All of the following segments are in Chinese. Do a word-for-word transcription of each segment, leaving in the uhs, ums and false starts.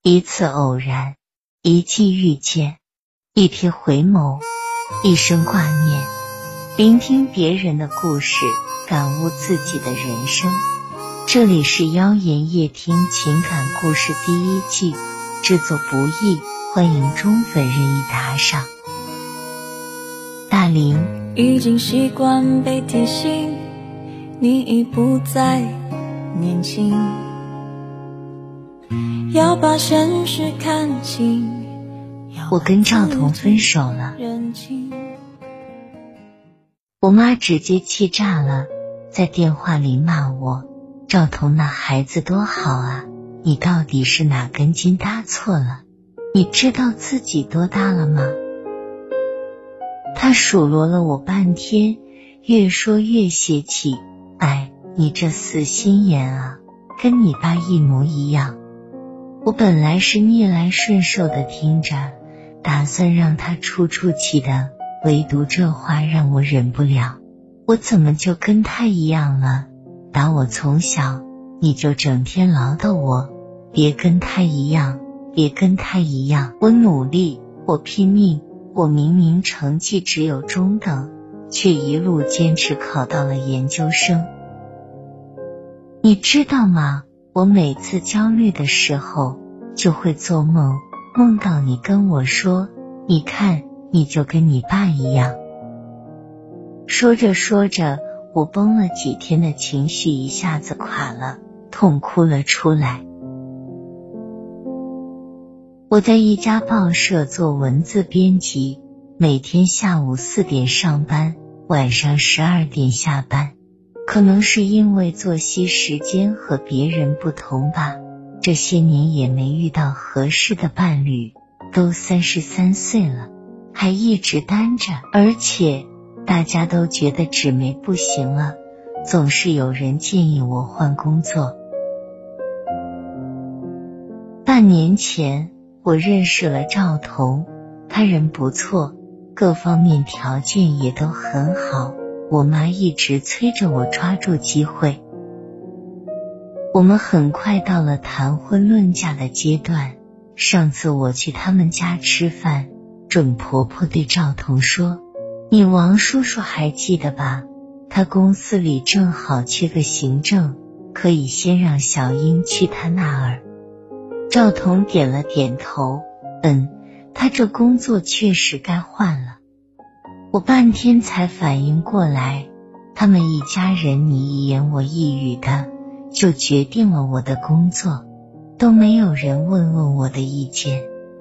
一次偶然，一季遇见，一瞥回眸，一生挂念。聆听别人的故事，感悟自己的人生。这里是妖言夜听情感故事第一季，制作不易，欢迎忠粉任意打赏。大林已经习惯被提醒，你已不再年轻，要把现实看清。 我跟赵彤分手了，我妈直接气炸了，在电话里骂我，赵彤那孩子多好啊，你到底是哪根筋搭错了？你知道自己多大了吗？她数落了我半天，越说越泄气，哎，你这死心眼啊，跟你爸一模一样。我本来是逆来顺受的听着，打算让他出出气的，唯独这话让我忍不了。我怎么就跟他一样了？打我从小你就整天唠叨我，别跟他一样，别跟他一样。我努力，我拼命，我明明成绩只有中等，却一路坚持考到了研究生。你知道吗？我每次焦虑的时候就会做梦，梦到你跟我说，你看你就跟你爸一样。说着说着，我绷了几天的情绪一下子垮了，痛哭了出来。我在一家报社做文字编辑，每天下午四点上班，晚上十二点下班。可能是因为作息时间和别人不同吧，这些年也没遇到合适的伴侣，都三十三岁了，还一直单着，而且大家都觉得纸媒不行了，总是有人建议我换工作。半年前我认识了赵彤，他人不错，各方面条件也都很好，我妈一直催着我抓住机会。我们很快到了谈婚论嫁的阶段，上次我去他们家吃饭，准婆婆对赵彤说，你王叔叔还记得吧？他公司里正好缺个行政，可以先让小英去他那儿。赵彤点了点头，嗯，他这工作确实该换了。我半天才反应过来，他们一家人你一言我一语的就决定了我的工作，都没有人问问我的意见。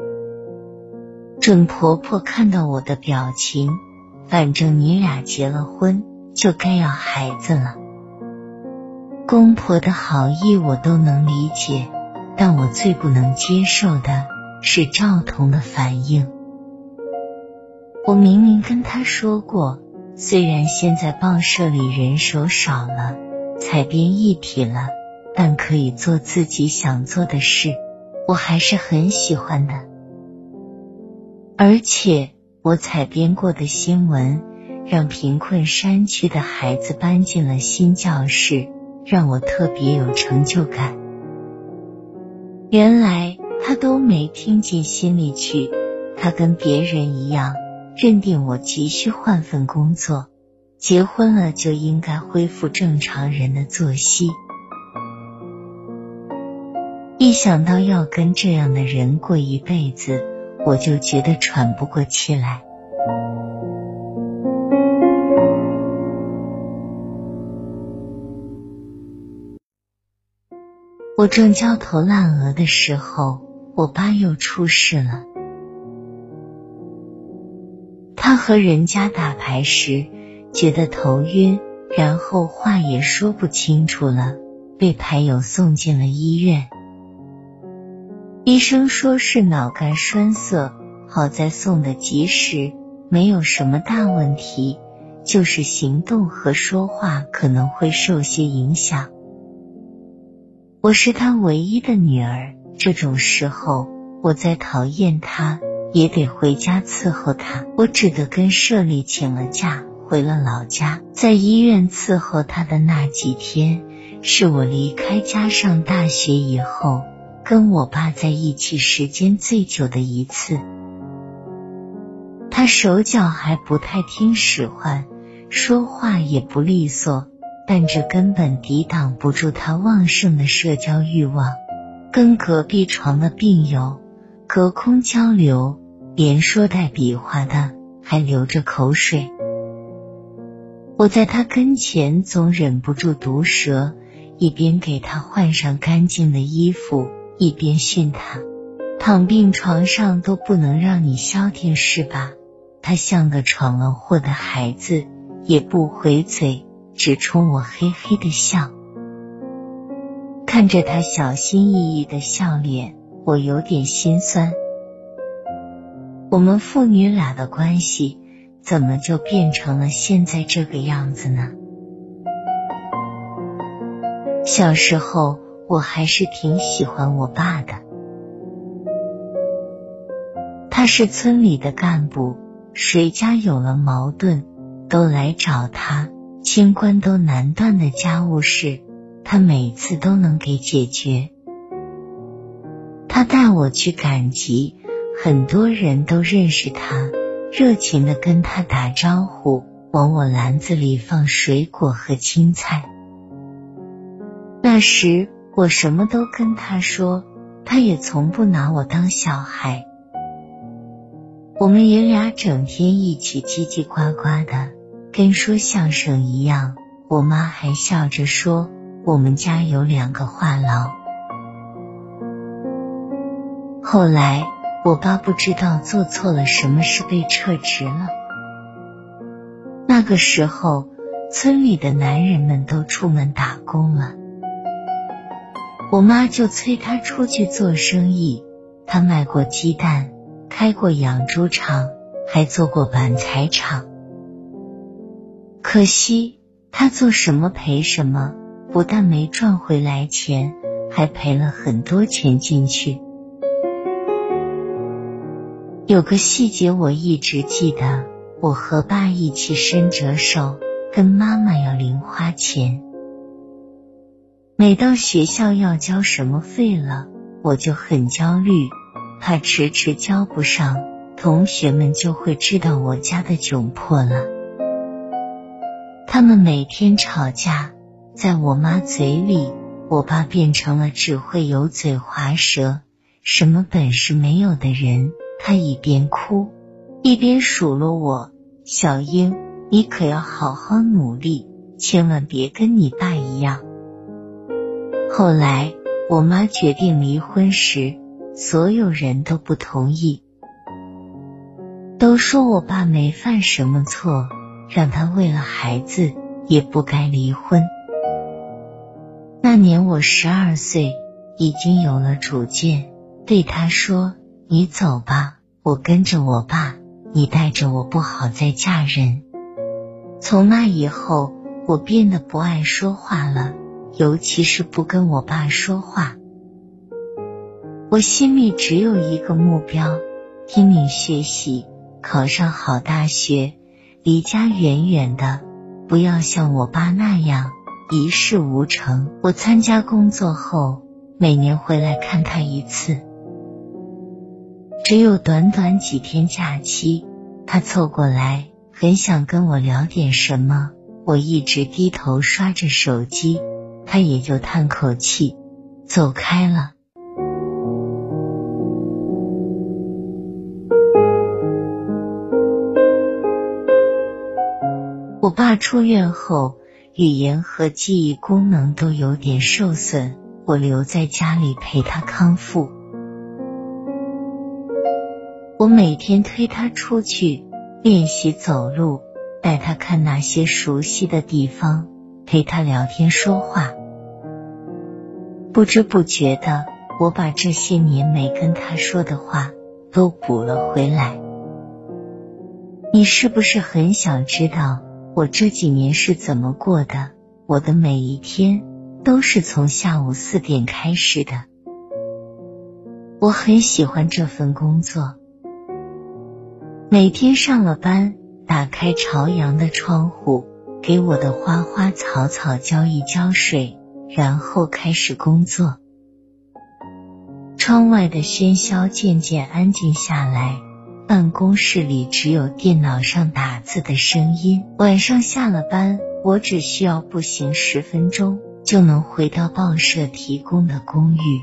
准婆婆看到我的表情，反正你俩结了婚就该要孩子了。公婆的好意我都能理解，但我最不能接受的是赵彤的反应。我明明跟他说过，虽然现在报社里人手少了，采编一体了，但可以做自己想做的事，我还是很喜欢的。而且我采编过的新闻，让贫困山区的孩子搬进了新教室，让我特别有成就感。原来他都没听进心里去，他跟别人一样认定我急需换份工作，结婚了就应该恢复正常人的作息。一想到要跟这样的人过一辈子，我就觉得喘不过气来。我正焦头烂额的时候，我爸又出事了。他和人家打牌时觉得头晕，然后话也说不清楚了，被牌友送进了医院。医生说是脑干栓塞，好在送得及时，没有什么大问题，就是行动和说话可能会受些影响。我是他唯一的女儿，这种时候我再讨厌他也得回家伺候他，我只得跟社里请了假，回了老家。在医院伺候他的那几天，是我离开家上大学以后跟我爸在一起时间最久的一次。他手脚还不太听使唤，说话也不利索，但这根本抵挡不住他旺盛的社交欲望，跟隔壁床的病友隔空交流，连说带比划的，还流着口水。我在他跟前总忍不住毒舌，一边给他换上干净的衣服，一边训他，躺病床上都不能让你消停是吧？他像个闯了祸的孩子，也不回嘴，只冲我嘿嘿的笑。看着他小心翼翼的笑脸，我有点心酸。我们父女俩的关系怎么就变成了现在这个样子呢？小时候我还是挺喜欢我爸的，他是村里的干部，谁家有了矛盾都来找他，清官都难断的家务事，他每次都能给解决。他带我去赶集，很多人都认识他，热情地跟他打招呼，往我篮子里放水果和青菜。那时我什么都跟他说，他也从不拿我当小孩。我们爷俩整天一起叽叽呱呱的，跟说相声一样。我妈还笑着说，我们家有两个话痨。后来我爸不知道做错了什么事被撤职了。那个时候村里的男人们都出门打工了，我妈就催他出去做生意。他卖过鸡蛋，开过养猪场，还做过板材厂。可惜他做什么赔什么，不但没赚回来钱，还赔了很多钱进去。有个细节我一直记得，我和爸一起伸着手跟妈妈要零花钱。每到学校要交什么费了，我就很焦虑，怕迟迟交不上，同学们就会知道我家的窘迫了。他们每天吵架，在我妈嘴里，我爸变成了只会油嘴滑舌，什么本事没有的人。他一边哭一边数落我，小英，你可要好好努力，千万别跟你爸一样。后来我妈决定离婚时，所有人都不同意，都说我爸没犯什么错，让他为了孩子也不该离婚。那年我十二岁，已经有了主见，对他说，你走吧，我跟着我爸，你带着我不好再嫁人。从那以后，我变得不爱说话了，尤其是不跟我爸说话。我心里只有一个目标，拼命学习，考上好大学，离家远远的，不要像我爸那样一事无成。我参加工作后，每年回来看他一次。只有短短几天假期，他凑过来，很想跟我聊点什么。我一直低头刷着手机，他也就叹口气，走开了。我爸出院后，语言和记忆功能都有点受损，我留在家里陪他康复。我每天推他出去练习走路，带他看那些熟悉的地方，陪他聊天说话。不知不觉的，我把这些年没跟他说的话都补了回来。你是不是很想知道我这几年是怎么过的？我的每一天都是从下午四点开始的。我很喜欢这份工作，每天上了班，打开朝阳的窗户，给我的花花草草浇一浇水，然后开始工作。 窗外的喧嚣渐渐安静下来，办公室里只有电脑上打字的声音。晚上下了班，我只需要步行十分钟就能回到报社提供的公寓。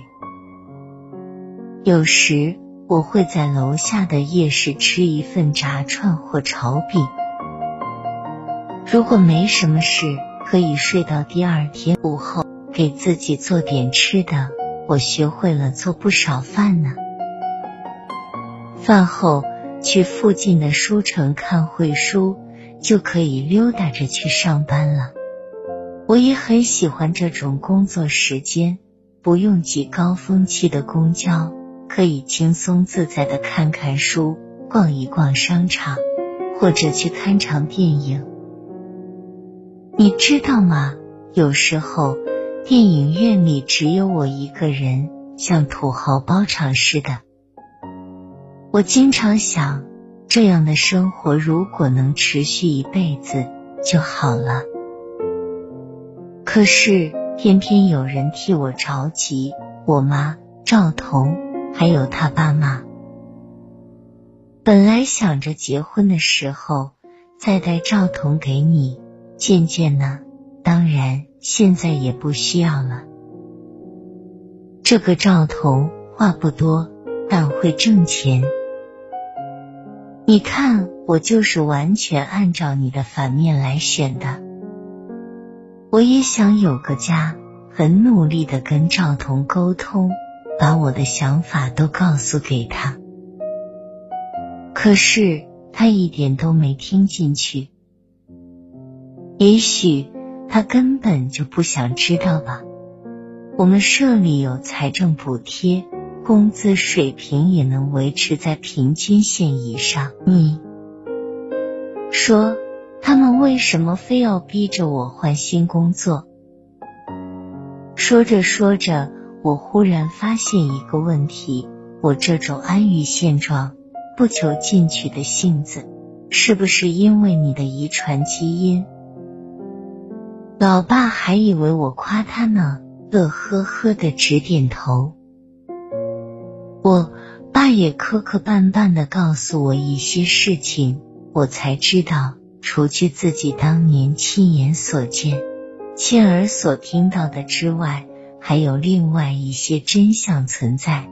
有时我会在楼下的夜市吃一份炸串或炒饼。如果没什么事，可以睡到第二天午后，给自己做点吃的。我学会了做不少饭呢。饭后去附近的书城看会书，就可以溜达着去上班了。我也很喜欢这种工作时间，不用挤高峰期的公交，可以轻松自在地看看书，逛一逛商场，或者去看场电影。你知道吗？有时候电影院里只有我一个人，像土豪包场似的。我经常想，这样的生活如果能持续一辈子就好了。可是偏偏有人替我着急，我妈、赵彤，还有他爸妈。本来想着结婚的时候再带赵彤给你，渐渐呢，当然现在也不需要了。这个赵彤话不多，但会挣钱。你看，我就是完全按照你的反面来选的。我也想有个家，很努力地跟赵彤沟通，把我的想法都告诉给他。可是他一点都没听进去。也许他根本就不想知道吧。我们社里有财政补贴，工资水平也能维持在平均线以上。你说他们为什么非要逼着我换新工作？说着说着，我忽然发现一个问题，我这种安于现状不求进取的性子，是不是因为你的遗传基因？老爸还以为我夸他呢，乐呵呵地直点头。我爸也磕磕绊绊地告诉我一些事情，我才知道，除去自己当年亲眼所见、亲耳所听到的之外，还有另外一些真相存在。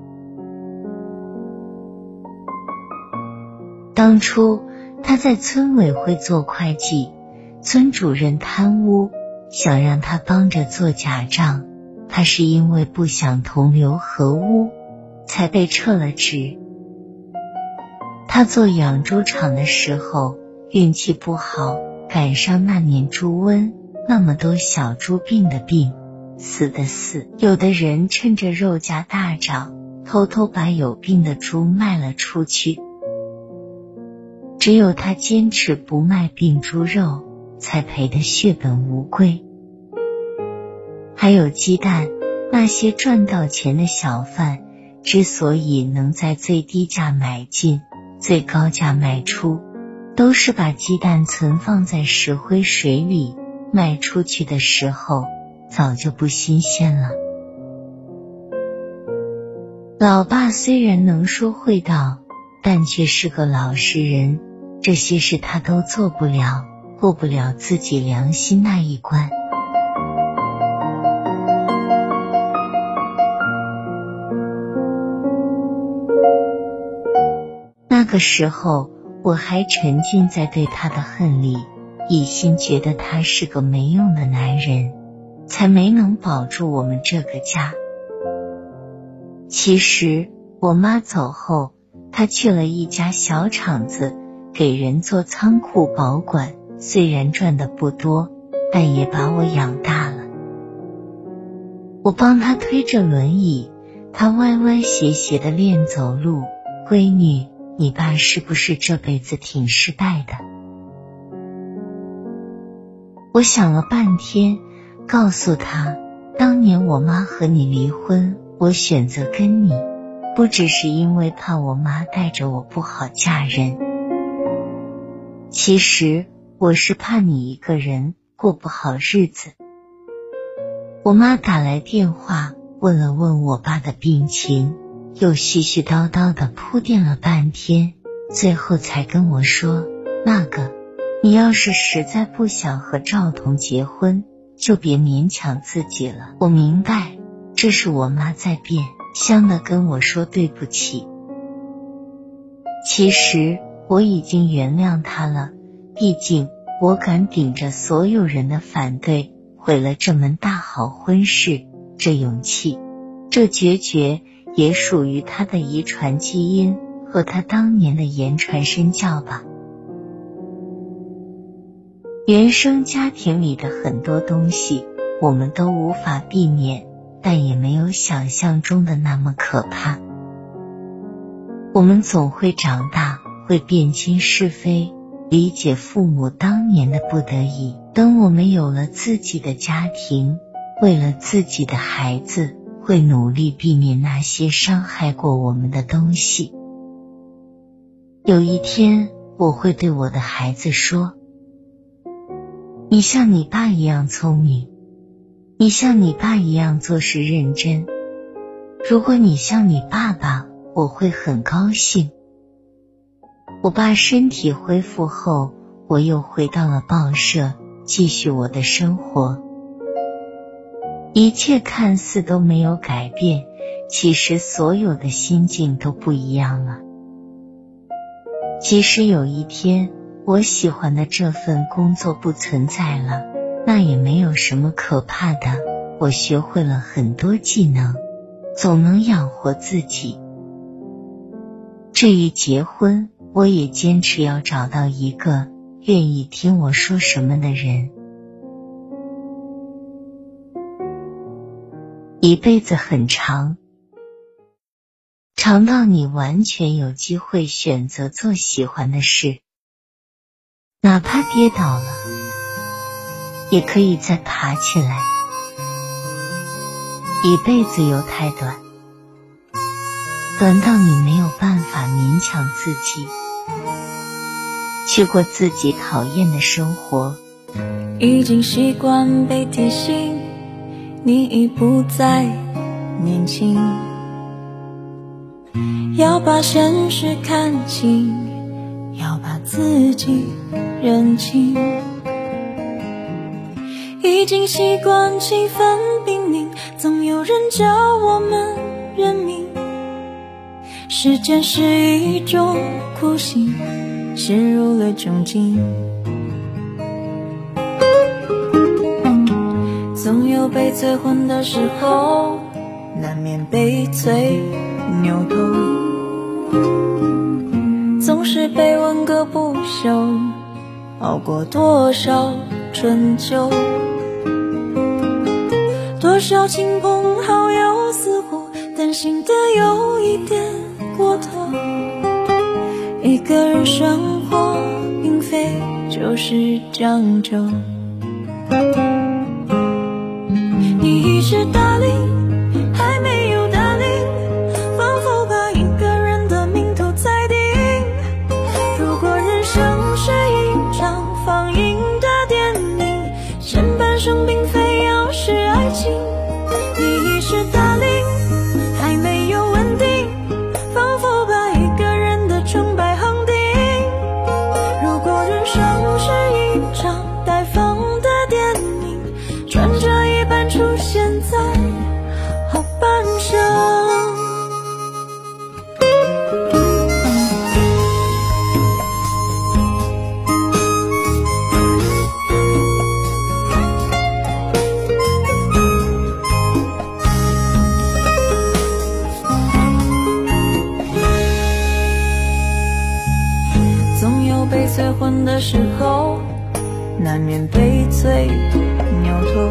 当初他在村委会做会计，村主任贪污，想让他帮着做假账，他是因为不想同流合污，才被撤了职。他做养猪场的时候运气不好，赶上那年猪瘟，那么多小猪病的病，死的死，有的人趁着肉价大涨，偷偷把有病的猪卖了出去。只有他坚持不卖病猪肉，才赔得血本无归。还有鸡蛋，那些赚到钱的小贩之所以能在最低价买进，最高价卖出，都是把鸡蛋存放在石灰水里，卖出去的时候早就不新鲜了。老爸虽然能说会道，但却是个老实人，这些事他都做不了，过不了自己良心那一关。那个时候我还沉浸在对他的恨里，一心觉得他是个没用的男人，才没能保住我们这个家。其实我妈走后，他去了一家小厂子，给人做仓库保管，虽然赚的不多，但也把我养大了。我帮他推着轮椅，他歪歪斜斜地练走路。闺女，你爸是不是这辈子挺失败的？我想了半天，告诉他，当年我妈和你离婚，我选择跟你，不只是因为怕我妈带着我不好嫁人，其实我是怕你一个人过不好日子。我妈打来电话，我问了问我爸的病情，又絮絮叨叨地铺垫了半天，最后才跟我说，那个，你要是实在不想和赵彤结婚，就别勉强自己了。我明白，这是我妈在变相地跟我说对不起。其实我已经原谅她了，毕竟我敢顶着所有人的反对毁了这门大好婚事，这勇气，这决绝也属于她的遗传基因和她当年的言传身教吧。原生家庭里的很多东西我们都无法避免，但也没有想象中的那么可怕。我们总会长大，会辨清是非，理解父母当年的不得已。等我们有了自己的家庭，为了自己的孩子，会努力避免那些伤害过我们的东西。有一天，我会对我的孩子说，你像你爸一样聪明，你像你爸一样做事认真。如果你像你爸爸，我会很高兴。我爸身体恢复后，我又回到了报社，继续我的生活。一切看似都没有改变，其实所有的心境都不一样了。即使有一天我喜欢的这份工作不存在了，那也没有什么可怕的，我学会了很多技能，总能养活自己。至于结婚，我也坚持要找到一个愿意听我说什么的人。一辈子很长，长到你完全有机会选择做喜欢的事，哪怕跌倒了，也可以再爬起来。一辈子又太短，短到你没有办法勉强自己去过自己讨厌的生活。 已经习惯被提醒，你已不再年轻，要把现实看清，要把自己认清。已经习惯气氛冰凝，总有人叫我们认命。时间是一种酷刑，陷入了窘境。总有被催婚的时候，难免被催扭头，总是被问个不休，熬过多少春秋。多少亲朋好友似乎担心的有一点过头，一个人生活并非就是将就。你已是大龄，还没有大龄，仿佛把一个人的命都裁定。如果人生是一场放映的电影，前半生并非要是爱情。你已是大龄，还没有稳定，仿佛把一个人的成败恒定。如果人生是一场待放的电影，转折一般出现在后半生。总有被催婚的时候，难免被催扭头，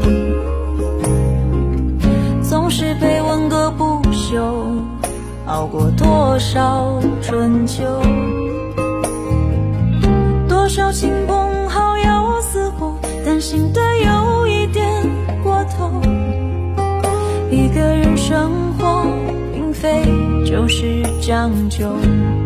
总是被问个不休，熬过多少春秋。多少亲朋好友似乎担心的有一点过头，一个人生活并非就是将就。